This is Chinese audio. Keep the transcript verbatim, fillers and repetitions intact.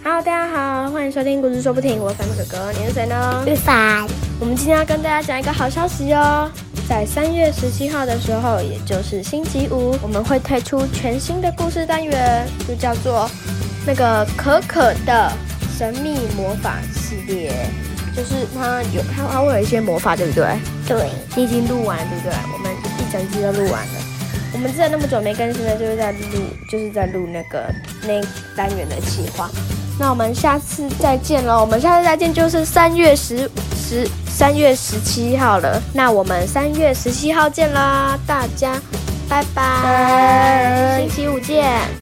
Hello， 大家好，欢迎收听故事说不停，我是凡哥哥，你是谁呢？ 玉凡。 我们今天要跟大家讲一个好消息哦，在三月十七号的时候，也就是星期五，我们会推出全新的故事单元，就叫做那个可可的神秘魔法系列。就是它有它它会有一些魔法，对不对？ 对， 你已经录完了，对不对？我们一整集都录完了。我们之前那么久没更新了，就是在录，就是在录那个那单元的企划。那我们下次再见喽！我们下次再见就是三月十十三月十七号了。那我们三月十七号见啦，大家拜拜，星期五见。